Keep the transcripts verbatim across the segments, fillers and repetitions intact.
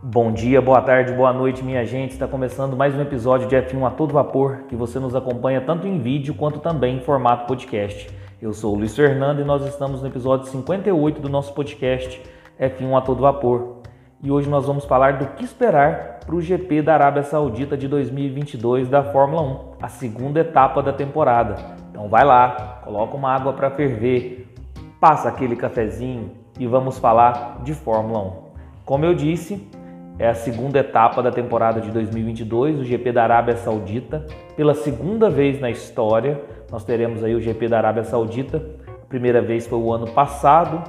Bom dia, boa tarde, boa noite, minha gente. Está começando mais um episódio de F um a todo vapor, que você nos acompanha tanto em vídeo quanto também em formato podcast. Eu sou o Luiz Fernando e nós estamos no episódio cinquenta e oito do nosso podcast F um a todo vapor. E hoje nós vamos falar do que esperar para o G P da Arábia Saudita de dois mil e vinte e dois da Fórmula um, a segunda etapa da temporada. Então vai lá, coloca uma água para ferver, passa aquele cafezinho e vamos falar de Fórmula um. Como eu disse, é a segunda etapa da temporada de dois mil e vinte e dois, o G P da Arábia Saudita. Pela segunda vez na história, nós teremos aí o G P da Arábia Saudita. A primeira vez foi o ano passado.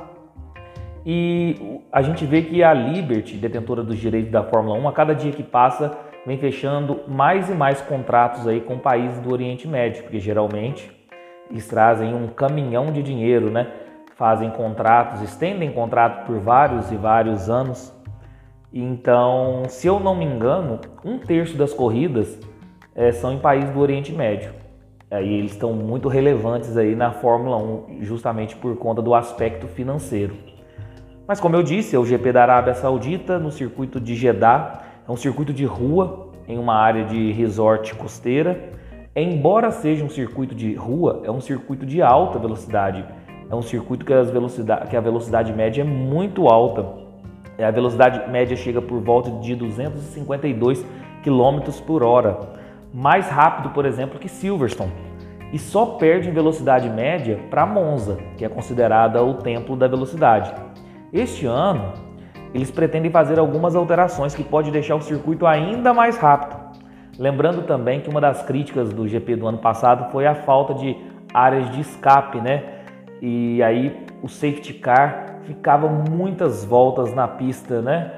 E a gente vê que a Liberty, detentora dos direitos da Fórmula um, a cada dia que passa, vem fechando mais e mais contratos aí com países do Oriente Médio, porque geralmente eles trazem um caminhão de dinheiro, né? Fazem contratos, estendem contrato por vários e vários anos. Então, se eu não me engano, um terço das corridas é, são em países do Oriente Médio. Aí eles estão muito relevantes aí na Fórmula um, justamente por conta do aspecto financeiro. Mas como eu disse, é o G P da Arábia Saudita no circuito de Jeddah. É um circuito de rua em uma área de resort costeira. Embora seja um circuito de rua, é um circuito de alta velocidade. É um circuito que, as velocidade, que a velocidade média é muito alta. A velocidade média chega por volta de duzentos e cinquenta e dois quilômetros por hora. Mais rápido, por exemplo, que Silverstone. E só perde em velocidade média para Monza, que é considerada o templo da velocidade. Este ano, eles pretendem fazer algumas alterações que podem deixar o circuito ainda mais rápido. Lembrando também que uma das críticas do G P do ano passado foi a falta de áreas de escape, né? E aí o safety car ficava muitas voltas na pista, né?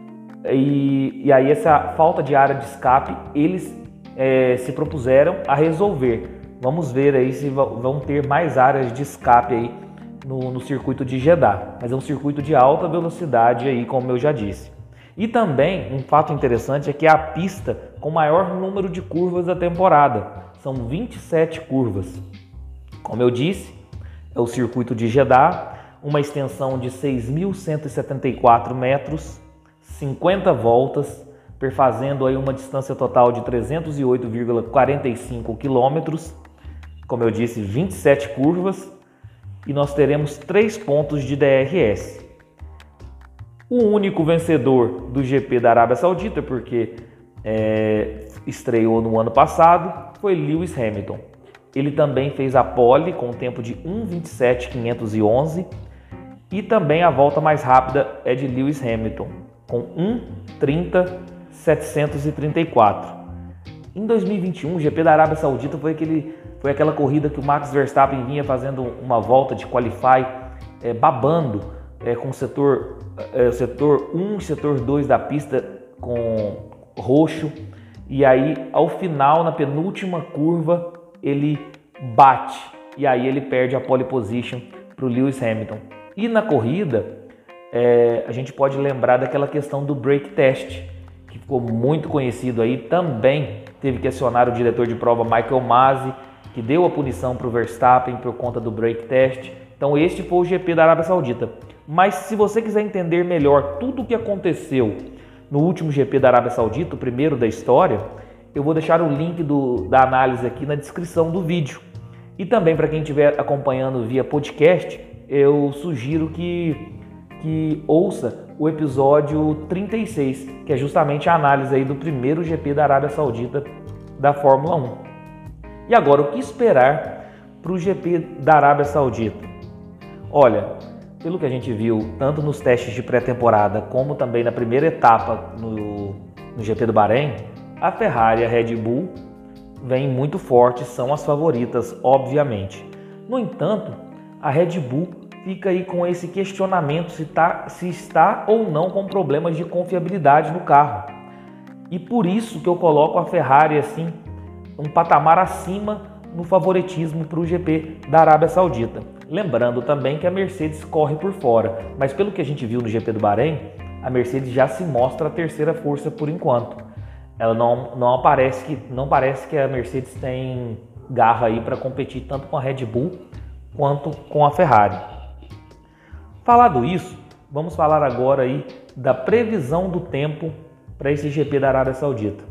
E, e aí essa falta de área de escape, eles é, se propuseram a resolver. Vamos ver aí se vão ter mais áreas de escape aí no, no circuito de Jeddah. Mas é um circuito de alta velocidade aí, como eu já disse. E também um fato interessante é que é a pista com maior número de curvas da temporada. São vinte e sete curvas. Como eu disse, é o circuito de Jeddah, uma extensão de seis mil cento e setenta e quatro metros, cinquenta voltas, perfazendo aí uma distância total de trezentos e oito vírgula quarenta e cinco quilômetros. Como eu disse, vinte e sete curvas. E nós teremos três pontos de D R S. O único vencedor do G P da Arábia Saudita, porque é, estreou no ano passado, foi Lewis Hamilton. Ele também fez a pole com um tempo de um vinte e sete quinhentos e onze e também a volta mais rápida é de Lewis Hamilton, com um trinta setecentos e trinta e quatro. Em dois mil e vinte e um, o G P da Arábia Saudita foi aquele Foi aquela corrida que o Max Verstappen vinha fazendo uma volta de qualify, é, babando é, com o setor, é, setor um e setor dois da pista com roxo. E aí, ao final, na penúltima curva, ele bate. E aí ele perde a pole position para o Lewis Hamilton. E na corrida, é, a gente pode lembrar daquela questão do brake test, que ficou muito conhecido aí. Também teve que acionar o diretor de prova Michael Masi, que deu a punição para o Verstappen por conta do brake test. Então este foi o G P da Arábia Saudita. Mas se você quiser entender melhor tudo o que aconteceu no último G P da Arábia Saudita, o primeiro da história, eu vou deixar o link do, da análise aqui na descrição do vídeo. E também para quem estiver acompanhando via podcast, eu sugiro que, que ouça o episódio trinta e seis, que é justamente a análise aí do primeiro G P da Arábia Saudita da Fórmula um. E agora, o que esperar para o G P da Arábia Saudita? Olha, pelo que a gente viu, tanto nos testes de pré-temporada como também na primeira etapa no, no G P do Bahrein, a Ferrari e a Red Bull vêm muito fortes, são as favoritas, obviamente. No entanto, a Red Bull fica aí com esse questionamento se, tá, se está ou não com problemas de confiabilidade no carro. E por isso que eu coloco a Ferrari assim, um patamar acima no favoritismo para o G P da Arábia Saudita. Lembrando também que a Mercedes corre por fora, mas pelo que a gente viu no G P do Bahrein, a Mercedes já se mostra a terceira força por enquanto. Ela não, não, aparece que, não parece que a Mercedes tem garra aí para competir tanto com a Red Bull quanto com a Ferrari. Falado isso, vamos falar agora aí da previsão do tempo para esse G P da Arábia Saudita.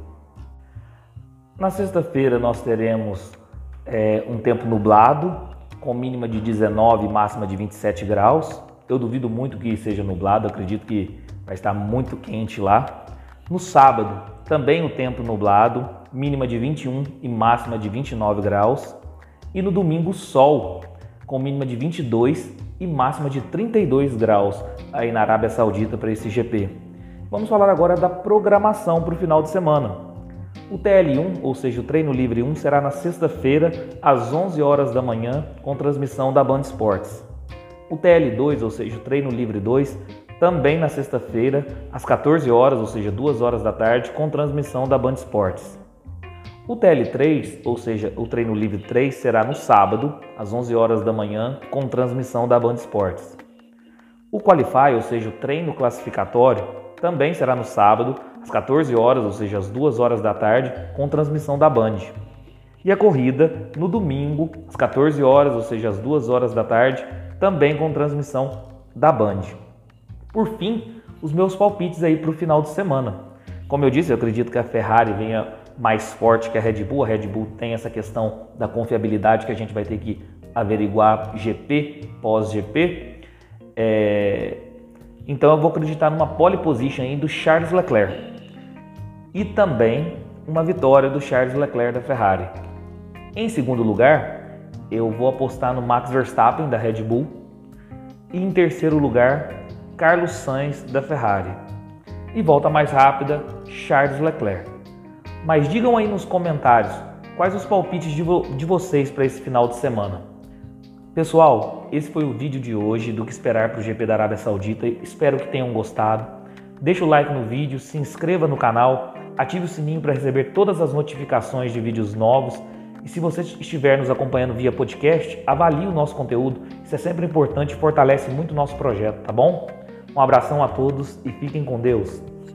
Na sexta-feira nós teremos é, um tempo nublado, com mínima de dezenove e máxima de vinte e sete graus. Eu duvido muito que seja nublado, acredito que vai estar muito quente lá. No sábado, também o tempo nublado, mínima de vinte e um e máxima de vinte e nove graus. E no domingo, sol, com mínima de vinte e dois e máxima de trinta e dois graus aí na Arábia Saudita para esse G P. Vamos falar agora da programação para o final de semana. O T L um, ou seja, o Treino Livre um, será na sexta-feira, às onze horas da manhã, com transmissão da Band Esportes. O T L dois, ou seja, o Treino Livre dois, também na sexta-feira, às quatorze horas, ou seja, duas horas da tarde, com transmissão da Band Esportes. O T L três, ou seja, o Treino Livre três, será no sábado, às onze horas da manhã, com transmissão da Band Esportes. O Qualify, ou seja, o treino classificatório, também será no sábado, às quatorze horas, ou seja, às duas horas da tarde, com transmissão da Band. E a corrida, no domingo, às quatorze horas, ou seja, às duas horas da tarde, também com transmissão da Band. Por fim, os meus palpites aí para o final de semana. Como eu disse, eu acredito que a Ferrari venha mais forte que a Red Bull. A Red Bull tem essa questão da confiabilidade que a gente vai ter que averiguar G P pós-G P. É... Então eu vou acreditar numa pole position aí do Charles Leclerc. E também uma vitória do Charles Leclerc da Ferrari. Em segundo lugar, eu vou apostar no Max Verstappen da Red Bull. E em terceiro lugar, Carlos Sainz da Ferrari. E volta mais rápida, Charles Leclerc. Mas digam aí nos comentários quais os palpites de, vo de vocês para esse final de semana. Pessoal, esse foi o vídeo de hoje do que esperar para o G P da Arábia Saudita. Espero que tenham gostado. Deixe o like no vídeo, se inscreva no canal, ative o sininho para receber todas as notificações de vídeos novos. E se você estiver nos acompanhando via podcast, avalie o nosso conteúdo. Isso é sempre importante e fortalece muito o nosso projeto, tá bom? Um abração a todos e fiquem com Deus.